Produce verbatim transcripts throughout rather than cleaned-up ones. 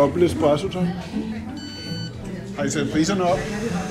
dobbelt espresso, tak. Har I sat priserne op?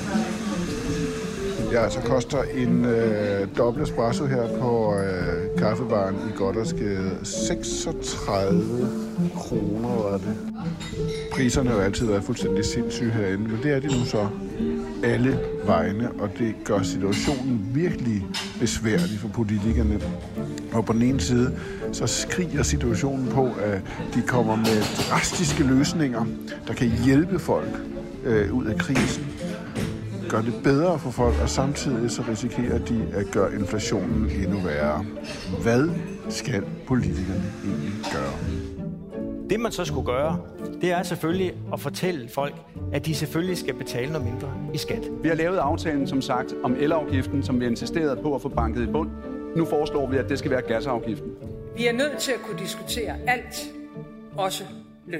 Ja, så koster en øh, dobbelt espresso her på øh, kaffebaren i Gothersgade seksogtredive kroner, var det. Priserne har jo altid været fuldstændig sindssyge herinde, men det er de nu så alle vegne, og det gør situationen virkelig besværlig for politikerne. Og på den ene side, så skriger situationen på, at de kommer med drastiske løsninger, der kan hjælpe folk øh, ud af krisen, gør det bedre for folk, og samtidig så risikerer de at gøre inflationen endnu værre. Hvad skal politikerne egentlig gøre? Det man så skulle gøre, det er selvfølgelig at fortælle folk, at de selvfølgelig skal betale noget mindre i skat. Vi har lavet aftalen, som sagt, om elafgiften, som vi har insisteret på at få banket i bund. Nu foreslår vi, at det skal være gasafgiften. Vi er nødt til at kunne diskutere alt, også løn.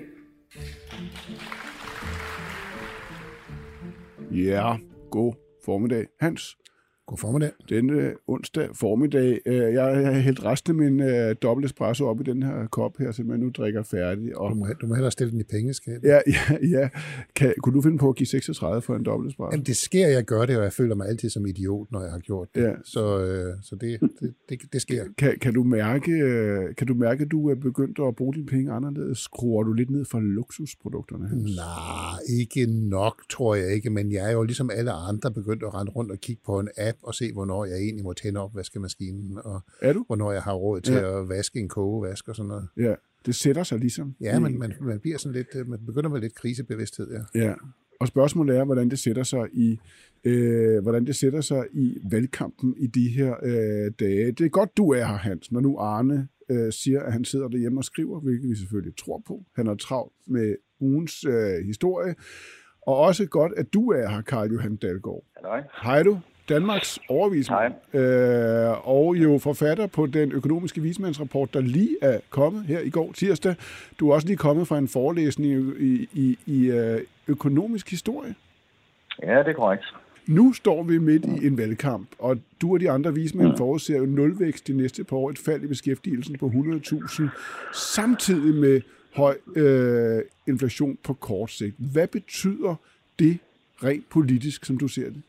Ja, god formiddag, Hans. God formiddag. Denne onsdag formiddag. Jeg har hældt resten af min uh, dobbelt espresso op i den her kop her, som jeg nu drikker færdig. Og... Du, må, du må hellere stille den i pengeskab. Ja, ja, ja. Kan, kunne du finde på at give seksogtredive for en dobbelt espresso? Jamen, det sker, jeg gør det, og jeg føler mig altid som idiot, når jeg har gjort det. Ja. Så, øh, så det, det, det, det sker. Kan, kan, du mærke, kan du mærke, at du er begyndt at bruge dine penge anderledes? Skruer du lidt ned for luksusprodukterne, Hans? Nej, ikke nok, tror jeg ikke, men jeg er jo ligesom alle andre begyndt at rende rundt og kigge på en app og se, hvornår jeg egentlig må tænde op vaskemaskinen, og er du? Hvornår jeg har råd til ja. at vaske en kogevask og sådan noget. Ja, det sætter sig ligesom. Ja, men man, man bliver sådan lidt, man begynder med lidt krisebevidsthed, ja. Ja, og spørgsmålet er, hvordan det sætter sig i, øh, hvordan det sætter sig i valgkampen i de her øh, dage. Det er godt, du er her, Hans, når nu Arne øh, siger, at han sidder derhjemme og skriver, hvilket vi selvfølgelig tror på. Han er travlt med ugens øh, historie. Og også godt, at du er her, Carl Johan Dalgaard. Hej. Hej du. Danmarks overvismand, øh, og jo forfatter på den økonomiske vismandsrapport, der lige er kommet her i går tirsdag. Du er også lige kommet fra en forelæsning i, i, i økonomisk historie. Ja, det er korrekt. Nu står vi midt i en valgkamp, og du og de andre vismænd forudser jo nulvækst de næste par år, et fald i beskæftigelsen på hundrede tusind, samtidig med høj øh, inflation på kort sigt. Hvad betyder det rent politisk, som du ser det?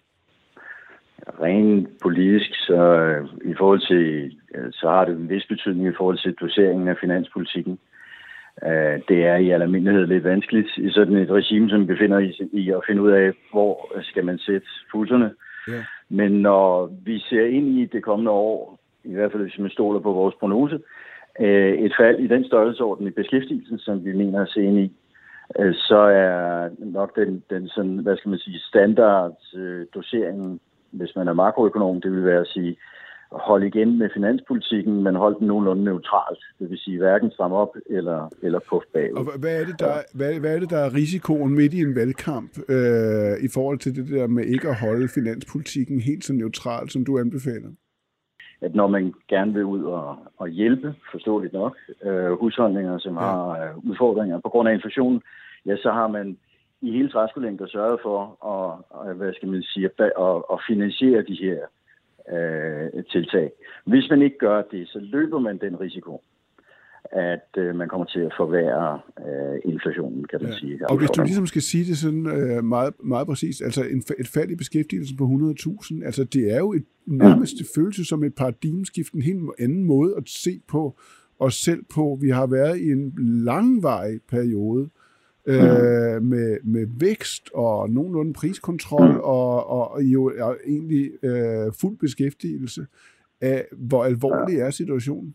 Rent politisk, så i forhold til, så har det en vis betydning i forhold til doseringen af finanspolitikken. Det er i almindelighed lidt vanskeligt i sådan et regime, som befinder i at finde ud af, hvor skal man sætte fusserne. Ja. Men når vi ser ind i det kommende år, i hvert fald hvis man stoler på vores prognose, et fald i den størrelsesorden i beskæftigelsen, som vi mener at se ind i, så er nok den, den sådan, hvad skal man sige, standard doseringen, hvis man er makroøkonom, det vil være at sige, hold igen med finanspolitikken, men hold den nogenlunde neutralt. Det vil sige, hverken stramme op eller, eller puff bagud. Og hvad er, det, der, hvad, hvad er det, der er risikoen midt i en valgkamp øh, i forhold til det der med ikke at holde finanspolitikken helt så neutral, som du anbefaler? At når man gerne vil ud og, og hjælpe, forståeligt nok, øh, husholdninger, som ja. har øh, udfordringer på grund af inflationen, ja, så har man i hele træskolængder sørget for at, hvad skal man sige, at, at finansiere de her øh, tiltag. Hvis man ikke gør det, så løber man den risiko, at øh, man kommer til at forværre øh, inflationen, kan man ja. sige. Og hvis du ligesom skal sige det sådan øh, meget, meget præcist, altså en, et fald i beskæftigelsen på hundrede tusind, altså det er jo et nærmest mm. følelse som et paradigmeskift, en helt anden måde at se på os selv på. Vi har været i en langvarig periode, Øh, med, med vækst og nogenlunde priskontrol mm. og, og, og jo er egentlig øh, fuld beskæftigelse. Af, hvor alvorlig ja. er situationen?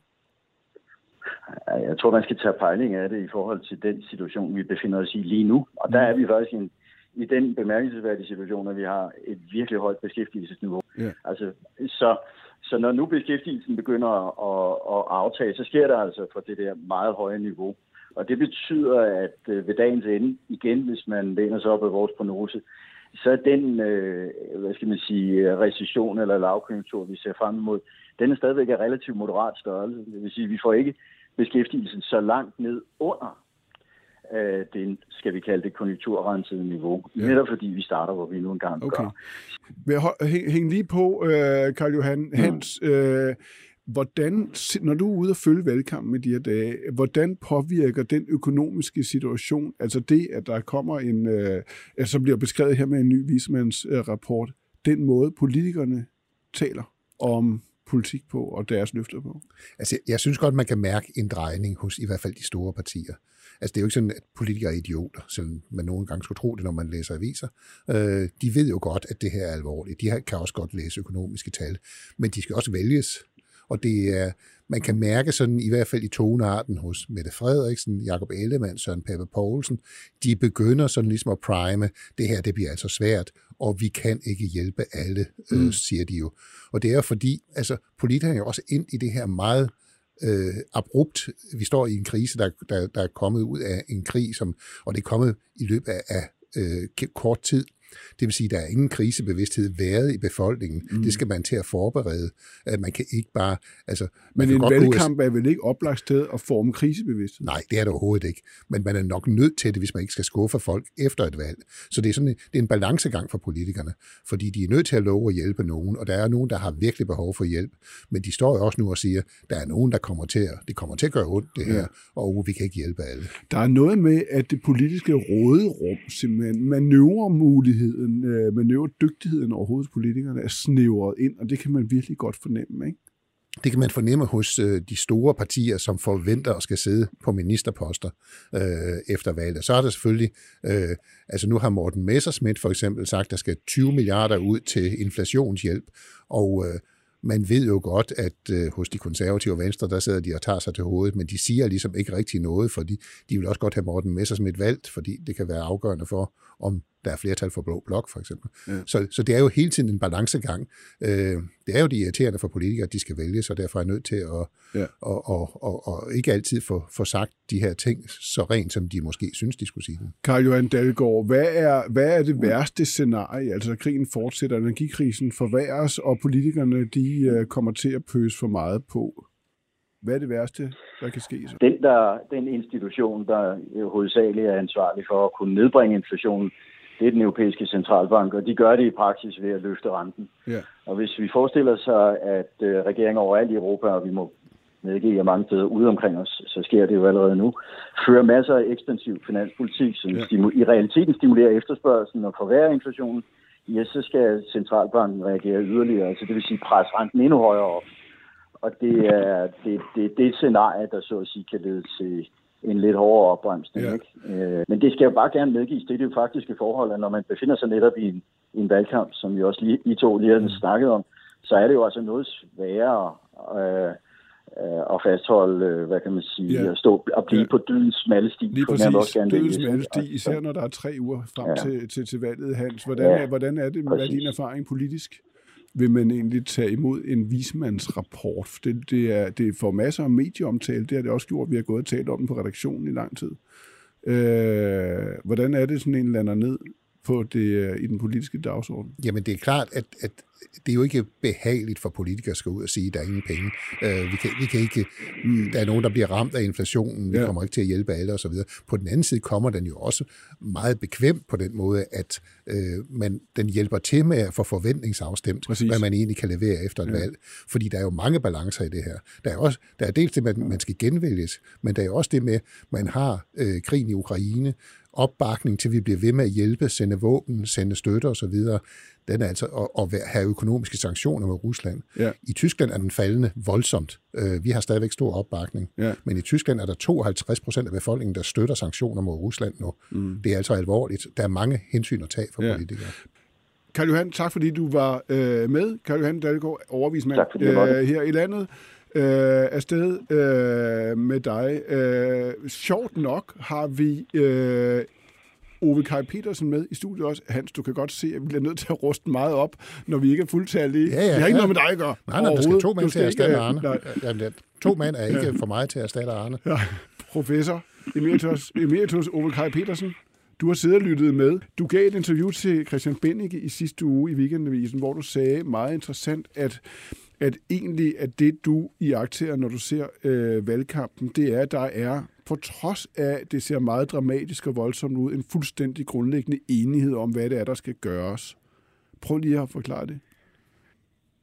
Jeg tror, man skal tage pejling af det i forhold til den situation, vi befinder os i lige nu. Og der er vi faktisk en, i den bemærkelsesværdige situation, at vi har et virkelig højt beskæftigelsesniveau. Ja. Altså, så, så når nu beskæftigelsen begynder at, at aftage, så sker der altså for det der meget høje niveau. Og det betyder, at øh, ved dagens ende, igen, hvis man læner sig op af vores prognose, så er den, øh, hvad skal man sige, recession eller lavkonjunktur, vi ser frem imod, den er stadigvæk af relativt moderat størrelse. Det vil sige, at vi får ikke beskæftigelsen så langt ned under øh, den, skal vi kalde det, konjunkturrensede niveau. Ja. Netop fordi vi starter, hvor vi nu engang okay. gør. Men hæng, hæng lige på, øh, Carl Johan Hans. Mm. Øh, hvordan, når du er ude og følge valgkampen med de her dage, hvordan påvirker den økonomiske situation, altså det, at der kommer en, øh, altså bliver beskrevet her med en ny vismandsrapport, øh, den måde politikerne taler om politik på og deres løfter på? Altså, jeg synes godt, man kan mærke en drejning hos i hvert fald de store partier. Altså, det er jo ikke sådan, at politikere er idioter, selvom man nogle gange skulle tro det, når man læser aviser. Øh, de ved jo godt, at det her er alvorligt. De kan også godt læse økonomiske tal, men de skal også vælges. Og det er, man kan mærke sådan, i hvert fald i tonearten hos Mette Frederiksen, Jakob Ellemann, Søren Pape Poulsen, de begynder sådan ligesom at prime, det her, det bliver altså svært, og vi kan ikke hjælpe alle, mm. øh, siger de jo. Og det er fordi, altså, politikerne er jo også ind i det her meget øh, abrupt. Vi står i en krise, der, der, der er kommet ud af en krig, som, og det er kommet i løbet af, af øh, kort tid. Det vil sige, at der er ingen krisebevidsthed været i befolkningen. Mm. Det skal man til at forberede. Man kan ikke bare... Altså, Men en valgkamp er vel ikke oplagt sted at forme krisebevidsthed? Nej, det er det overhovedet ikke. Men man er nok nødt til det, hvis man ikke skal skuffe folk efter et valg. Så det er sådan en, det er en balancegang for politikerne. Fordi de er nødt til at love at hjælpe nogen, og der er nogen, der har virkelig behov for hjælp. Men de står jo også nu og siger, at der er nogen, der kommer til at, det kommer til at gøre ondt, det her, ja. Og vi kan ikke hjælpe alle. Der er noget med, at det politiske råderum, simpelthen manøvremulighed, manøvredygtigheden overhovedet politikerne er snævret ind, og det kan man virkelig godt fornemme, ikke? Det kan man fornemme hos øh, de store partier, som forventer at skal sidde på ministerposter øh, efter valget. Så er der selvfølgelig, øh, altså nu har Morten Messerschmidt for eksempel sagt, at der skal tyve milliarder ud til inflationshjælp, og øh, man ved jo godt, at øh, hos de konservative og venstre, der sidder de og tager sig til hovedet, men de siger ligesom ikke rigtig noget, fordi de vil også godt have Morten Messerschmidt valgt, fordi det kan være afgørende for, om der er flertal for Blå Blok, for eksempel. Ja. Så, så det er jo hele tiden en balancegang. Øh, det er jo de irriterende for politikere, at de skal vælge, så derfor er nødt til at ja. og, og, og, og ikke altid få, få sagt de her ting så rent, som de måske synes, de skulle sige dem. Carl-Johan Dalgaard, hvad er, hvad er det værste scenarie? Altså, krigen fortsætter, energikrisen forværres, og politikerne de uh, kommer til at pøse for meget på. Hvad er det værste, der kan ske så? Den, der, den institution, der hovedsageligt er ansvarlig for at kunne nedbringe inflationen, det er den europæiske centralbank, og de gør det i praksis ved at løfte renten. Ja. Og hvis vi forestiller sig, at øh, regeringer overalt i Europa, og vi må medgive jer mange steder ude omkring os, så sker det jo allerede nu, fører masser af ekspansiv finanspolitik, som ja. stimu- i realiteten stimulerer efterspørgselen og forværrer inflationen, ja, så skal centralbanken reagere yderligere, altså det vil sige presse renten endnu højere op. Og det er det, det, det scenarie, der så at sige kan lede til en lidt hårdere opbremsning. Ja. Ikke? Men det skal jo bare gerne medgives. Det er det jo faktiske forhold, at når man befinder sig netop i en, i en valgkamp, som vi også lige, I to lige har snakket om, så er det jo altså noget sværere øh, øh, at fastholde, hvad kan man sige, ja. at stå og blive ja. på dydens smalle sti. Lige præcis, dydens smalle sti, især når der er tre uger frem ja. til, til, til valget, Hans. Hvordan, ja. er, hvordan er det, hvad er din erfaring politisk? Vil man egentlig tage imod en vismandsrapport? Det, det, er, det får masser af medieomtale, det har det også gjort, vi har gået og talt om den på redaktionen i lang tid. Øh, hvordan er det, sådan en lander ned på det, i den politiske dagsorden? Jamen det er klart, at, at det er jo ikke behageligt for politikere at skal ud og sige, at der er ingen penge. Øh, vi kan, vi kan ikke, mm, der er nogen, der bliver ramt af inflationen, vi ja. kommer ikke til at hjælpe alle osv. På den anden side kommer den jo også meget bekvemt på den måde, at øh, man, den hjælper til med at få forventningsafstemt, Præcis. hvad man egentlig kan levere efter et ja. valg. Fordi der er jo mange balancer i det her. Der er, også, der er dels det med, at man skal genvælges, men der er jo også det med, at man har øh, krigen i Ukraine, opbakning til, at vi bliver ved med at hjælpe, sende våben, sende støtte osv., den er altså at, at have økonomiske sanktioner mod Rusland. Ja. I Tyskland er den faldende voldsomt. Vi har stadigvæk stor opbakning. Ja. Men i Tyskland er der tooghalvtreds procent af befolkningen, der støtter sanktioner mod Rusland nu. Mm. Det er altså alvorligt. Der er mange hensyn at tage for ja. politikere. Carl-Johan, tak fordi du var øh, med. Carl-Johan Dalgaard, overvismand øh, her i landet. Øh, afsted øh, med dig. Øh, sjovt nok har vi øh, Ove Kaj Petersen med i studiet også. Hans, du kan godt se, at vi bliver nødt til at ruste meget op, når vi ikke er fuldtallige. Ja, ja, vi har ikke ja. noget med dig at gøre. Nej, nej, der skal to mænd til at erstatte Arne. Ja, to mænd er ikke for meget til at erstatte Arne. Ja. Professor Emeritus, Emeritus Ove Kaj Petersen, du har siddet og lyttet med. Du gav et interview til Christian Bennike i sidste uge i Weekendavisen, hvor du sagde meget interessant, at at egentlig at det, du iagttager, når du ser øh, valgkampen, det er, at der er, på trods af, det ser meget dramatisk og voldsomt ud, en fuldstændig grundlæggende enighed om, hvad det er, der skal gøres. Prøv lige at forklare det.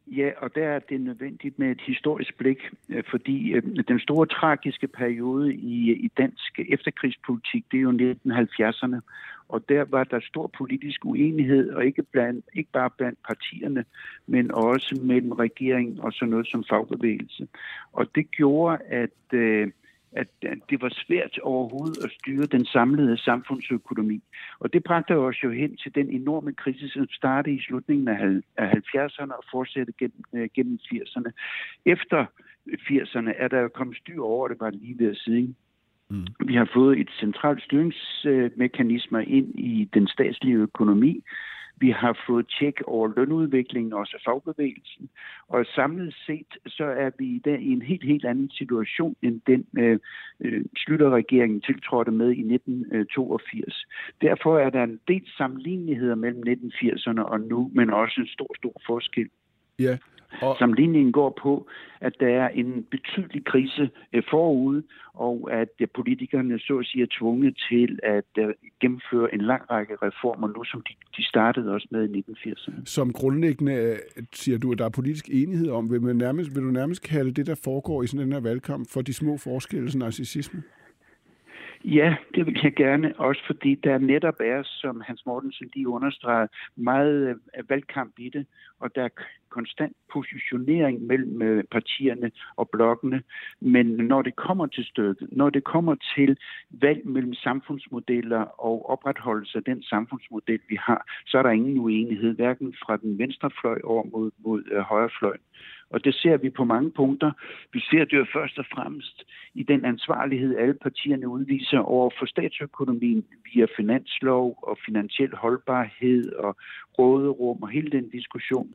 Ja, og der er det nødvendigt med et historisk blik, fordi den store tragiske periode i, i dansk efterkrigspolitik, det er jo nitten halvfjerdserne, og der var der stor politisk uenighed, og ikke, blandt, ikke bare blandt partierne, men også mellem regeringen og sådan noget som fagbevægelse. Og det gjorde, at, at det var svært overhovedet at styre den samlede samfundsøkonomi. Og det bragte os jo hen til den enorme krise, som startede i slutningen af halvfjerdserne og fortsatte gennem, gennem firserne. Efter firserne er der jo kommet styr over det, bare lige ved at sige. Mm. Vi har fået et centralt styringsmekanismer ind i den statslige økonomi. Vi har fået tjek over lønudviklingen, også af fagbevægelsen. Og samlet set, så er vi i dag i en helt, helt anden situation, end den øh, øh, Schlüter-regeringen tiltrådte med i nitten toogfirs. Derfor er der en del sammenligneligheder mellem nitten firserne og nu, men også en stor, stor forskel. Ja. Og... Sammenligningen går på, at der er en betydelig krise forude, og at politikerne så at sige er tvunget til at gennemføre en lang række reformer nu, som de, de startede også med i nitten firserne. Som grundlæggende siger du, at der er politisk enighed om, vil, man nærmest, vil du nærmest kalde det, der foregår i sådan en her valgkamp, for de små forskelle, narcissisme? Ja, det vil jeg gerne, også fordi der netop er, som Hans Mortensen lige understregede, meget valgkamp i det, og der er konstant positionering mellem partierne og blokkene. Men når det kommer til stykket, når det kommer til valg mellem samfundsmodeller og opretholdelse af den samfundsmodel, vi har, så er der ingen uenighed, hverken fra den venstre fløj over mod, mod øh, højre fløj. Og det ser vi på mange punkter. Vi ser det jo først og fremmest i den ansvarlighed, alle partierne udviser over for statsøkonomien via finanslov og finansiel holdbarhed og råderum og hele den diskussion.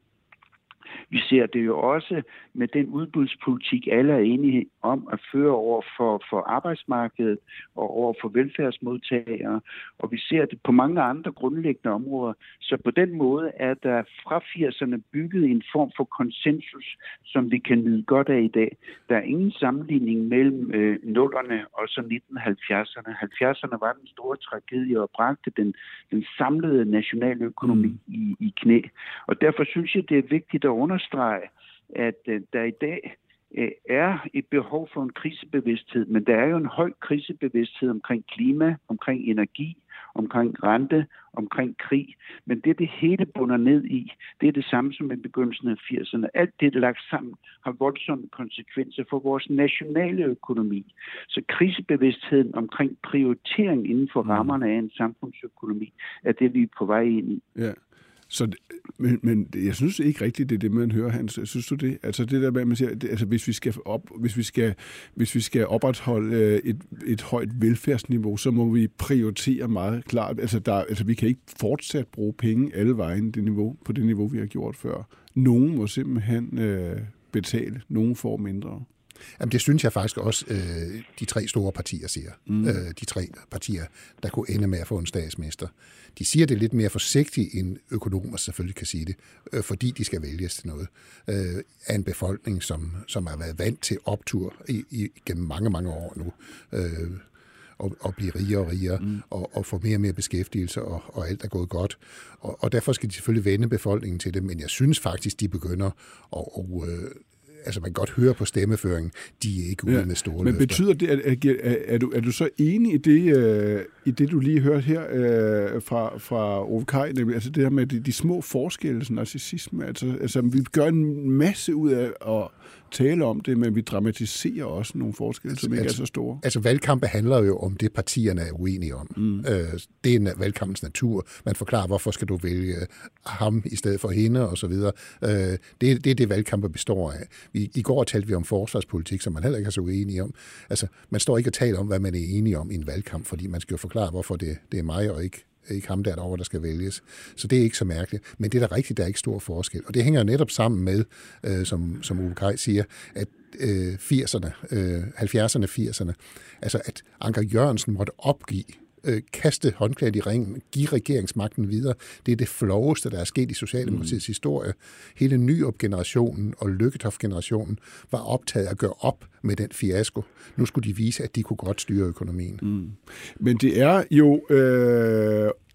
Vi ser det jo også med den udbudspolitik, alle er enige om at føre over for, for arbejdsmarkedet og over for velfærdsmodtagere. Og vi ser det på mange andre grundlæggende områder. Så på den måde er der fra firserne bygget en form for konsensus, som vi kan nyde godt af i dag. Der er ingen sammenligning mellem øh, nullerne og så nitten halvfjerdserne. halvfjerdserne var den store tragedie og bragte den, den samlede nationale økonomi mm. i, i knæ. Og derfor synes jeg, det er vigtigt at understrege, at øh, der i dag øh, er et behov for en krisebevidsthed, men der er jo en høj krisebevidsthed omkring klima, omkring energi, omkring rente, omkring krig. Men det, det hele bunder ned i, det er det samme som i begyndelsen af firserne. Alt det, der lagt sammen, har voldsomme konsekvenser for vores nationale økonomi. Så krisebevidstheden omkring prioritering inden for rammerne af en samfundsøkonomi, er det, vi er på vej ind i. Ja. Så, men, men jeg synes ikke rigtigt, det er det, man hører, Hans. Synes du det? Altså det der med, man siger, det, altså hvis vi skal op, hvis vi skal, hvis vi skal opretholde et, et højt velfærdsniveau, så må vi prioritere meget klart. Altså, der, altså vi kan ikke fortsat bruge penge alle vejen det niveau, på det niveau, vi har gjort før. Nogen må simpelthen øh, betale, nogen får mindre. Jamen, det synes jeg faktisk også, øh, de tre store partier siger. Mm. Øh, de tre partier, der kunne ende med at få en statsminister. De siger det lidt mere forsigtigt, end økonomer selvfølgelig kan sige det, øh, fordi de skal vælges til noget. Øh, af en befolkning, som, som har været vant til optur i, i, gennem mange, mange år nu. Øh, og, og blive rigere og rigere, mm. og, og få mere og mere beskæftigelse, og, og alt er gået godt. Og, og derfor skal de selvfølgelig vende befolkningen til det, men jeg synes faktisk, de begynder at... Og, øh, altså man kan godt høre på stemmeføringen, de er ikke ude ja, med store men løfter. Men betyder det, at, at, at, er, du, er du så enig i det, uh, i det du lige hørte her uh, fra, fra Ove Kaj, altså det her med de, de små forskelle, sådan narcissisme, altså, altså vi gør en masse ud af at tale om det, men vi dramatiserer også nogle forskelle, altså, som ikke altså, er så store. Altså valgkampe handler jo om det, partierne er uenige om. Mm. Uh, det er valgkampens natur. Man forklarer, hvorfor skal du vælge ham i stedet for hende, og så videre. Uh, det, det er det, valgkampe består af. I, I går talte vi om forsvarspolitik, som man heller ikke er så uenige om. Altså, man står ikke og taler om, hvad man er enige om i en valgkamp, fordi man skal jo forklare, hvorfor det, det er mig og ikke, ikke ham derovre, der skal vælges. Så det er ikke så mærkeligt. Men det er da rigtigt, der er ikke stor forskel. Og det hænger netop sammen med, øh, som, som Ove Kaj siger, at øh, firserne, øh, halvfjerdserne, firserne, altså at Anker Jørgensen måtte opgive kaste håndklædet i ringen, give regeringsmagten videre. Det er det floweste, der er sket i Socialdemokratiets mm. historie. Hele Nyrup-generationen og Lykketoft-generationen var optaget at gøre op med den fiasko. Nu skulle de vise, at de kunne godt styre økonomien. Mm. Men det er jo... Øh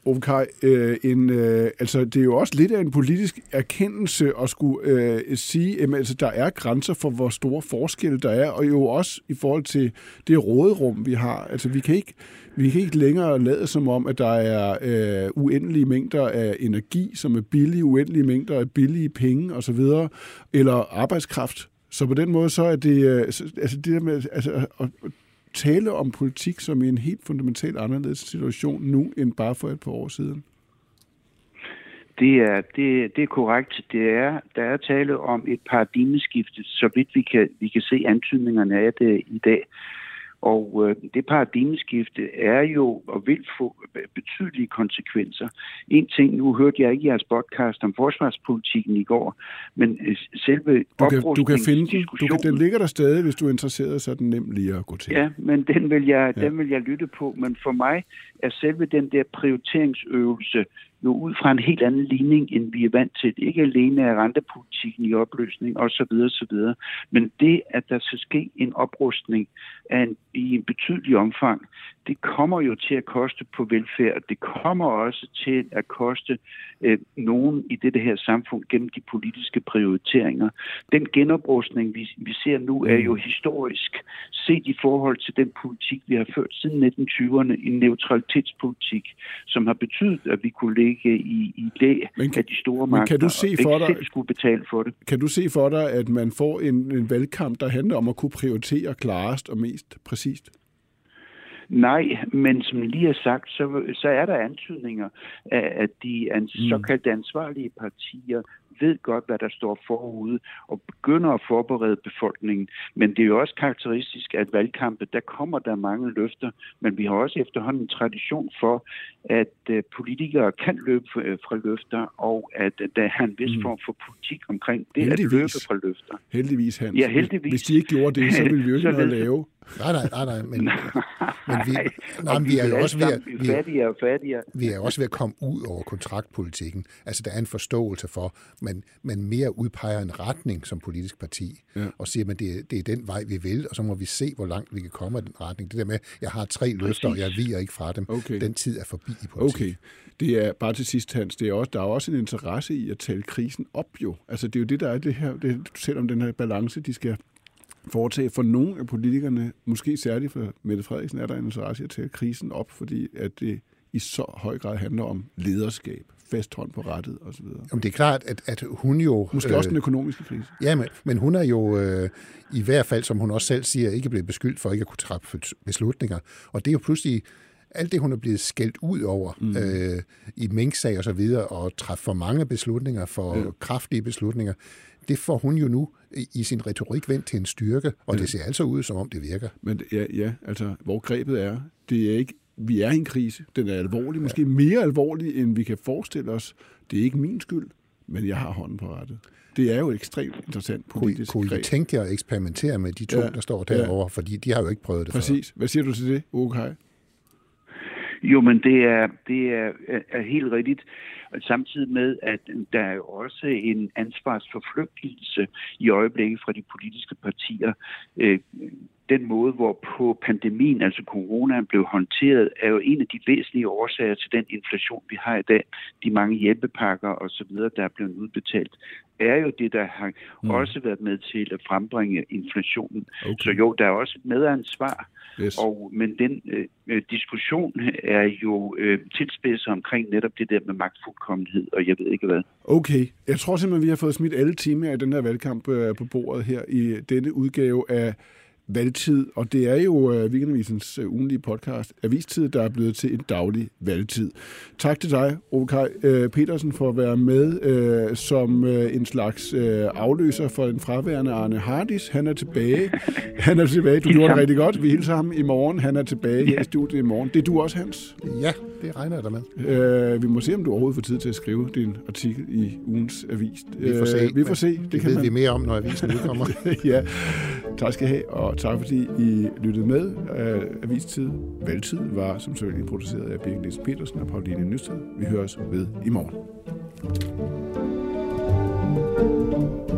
Ove Kaj, øh, en, øh, altså, det er jo også lidt af en politisk erkendelse at skulle øh, sige, at altså, der er grænser for, hvor store forskelle der er, og jo også i forhold til det råderum, vi har. Altså, vi kan ikke, vi kan ikke længere lade som om, at der er øh, uendelige mængder af energi, som er billige, uendelige mængder af billige penge osv., eller arbejdskraft. Så på den måde, så er det, øh, altså det der med altså, at tale om politik som i en helt fundamentalt anderledes situation nu, end bare for et par år siden. Det er, det, det er korrekt. Det er, der er tale om et paradigmeskifte, så vidt vi kan, vi kan se antydningerne af det i dag. Og øh, det paradigmeskifte er jo og vil få betydelige konsekvenser. En ting, nu hørte jeg ikke jeres podcast om forsvarspolitikken i går, men øh, selve du kan, du kan finde den. Du kan, den ligger der stadig, hvis du er interesseret, så er den nem lige at gå til. Ja, men den vil jeg, ja. den vil jeg lytte på. Men for mig er selve den der prioriteringsøvelse jo ud fra en helt anden ligning, end vi er vant til. Ikke alene er rentepolitikken i opløsning osv. osv. Men det, at der skal ske en oprustning af en, i en betydelig omfang, det kommer jo til at koste på velfærd. Det kommer også til at koste øh, nogen i det her samfund gennem de politiske prioriteringer. Den genoprustning, vi, vi ser nu, er jo historisk set i forhold til den politik, vi har ført siden nitten tyverne, en neutralitetspolitik, som har betydet, at vi kunne ligge i, i læ af de store magter, kan du se for og dig, selv skulle betale for det. Kan du se for dig, at man får en, en valgkamp, der handler om at kunne prioritere klarest og mest præcist? Nej, men som lige har sagt, så, så er der antydninger af, at de ans- mm. såkaldte ansvarlige partier ved godt, hvad der står forude, og begynder at forberede befolkningen. Men det er jo også karakteristisk, at valgkampe, der kommer der mange løfter, men vi har også efterhånden en tradition for, at uh, politikere kan løbe fra løfter, og at uh, der er en vis mm. form for politik omkring det heldigvis. At løbe fra løfter. Heldigvis, Hans. Ja, heldigvis. Hvis de ikke gjorde det, så ville vi jo ikke noget at lave. Nej, nej, nej, nej, men, men vi, nej, vi er jo også ved at, vi, fattigere og fattigere. vi er også ved at komme ud over kontraktpolitikken. Altså, der er en forståelse for, man, man mere udpeger en retning som politisk parti, ja. Og siger, at det, det er den vej, vi vil, og så må vi se, hvor langt vi kan komme af den retning. Det der med, jeg har tre løfter, og jeg viger ikke fra dem. Okay. Den tid er forbi i politik. Okay. Det er bare til sidst, Hans, det er også, der er også en interesse i at tale krisen op, jo. Altså, det er jo det, der er det her, det, selvom den her balance, de skal foretage. For nogle af politikerne, måske særligt for Mette Frederiksen, er der en interesse i at tage krisen op, fordi at det i så høj grad handler om lederskab, fast hånd på rettet osv. Jamen, det er klart, at, at hun jo... Måske øh, også den økonomiske krise. Ja, men, men hun er jo øh, i hvert fald, som hun også selv siger, ikke blevet beskyldt for ikke at kunne træffe beslutninger. Og det er jo pludselig alt det, hun er blevet skældt ud over mm. øh, i Mink-sag og så videre, og træffe for mange beslutninger, for ja. kraftige beslutninger, det får hun jo nu i sin retorik vendt til en styrke, og ja. det ser altså ud, som om det virker. Men ja, ja, altså, hvor grebet er, det er ikke, vi er i en krise. Den er alvorlig, måske ja. mere alvorlig, end vi kan forestille os. Det er ikke min skyld, men jeg har hånden på rettet. Det er jo et ekstremt interessant politisk greb. Kunne I tænke jer at eksperimentere med de to, ja. der står derovre, ja. fordi de har jo ikke prøvet det Præcis. før. Præcis. Hvad siger du til det, Ove Kaj? Jo, men det er, det er, er helt rigtigt. Samtidig med, at der er jo også en ansvarsforflygtelse i øjeblikket fra de politiske partier. Den måde, hvorpå pandemien, altså coronaen, blev håndteret, er jo en af de væsentlige årsager til den inflation, vi har i dag. De mange hjælpepakker osv., der er blevet udbetalt, er jo det, der har mm. også været med til at frembringe inflationen. Okay. Så jo, der er også et medansvar. Yes. Og, men den øh, diskussion er jo øh, tilspidset omkring netop det der med magtfuldkommenhed, og jeg ved ikke hvad. Okay. Jeg tror simpelthen, vi har fået smidt alle timer af den her valgkamp øh, på bordet her i denne udgave af Valgtid, og det er jo uh, Weekendavisens uh, ugenlige podcast, Avistid, der er blevet til en daglig valgtid. Tak til dig, Ove Kaj uh, Petersen, for at være med uh, som uh, en slags uh, afløser for den fraværende Arne Hardis. Han er tilbage. Han er tilbage. Du gjorde det rigtig godt. Vi hilser ham i morgen. Han er tilbage her i studiet i morgen. Det er du også, Hans? Ja, det regner jeg da med. Uh, vi må se, om du overhovedet får tid til at skrive din artikel i ugens avis. Vi får se. Uh, vi får se. Det, det kan ved man... vi mere om, når avisen udkommer. Ja, tak skal I have, og tak fordi I lyttede med. Uh, Avistid, Valgtid, var som selvfølgelig produceret af Birgit Nielsen Petersen og Pauline Nysted. Vi høres ved i morgen.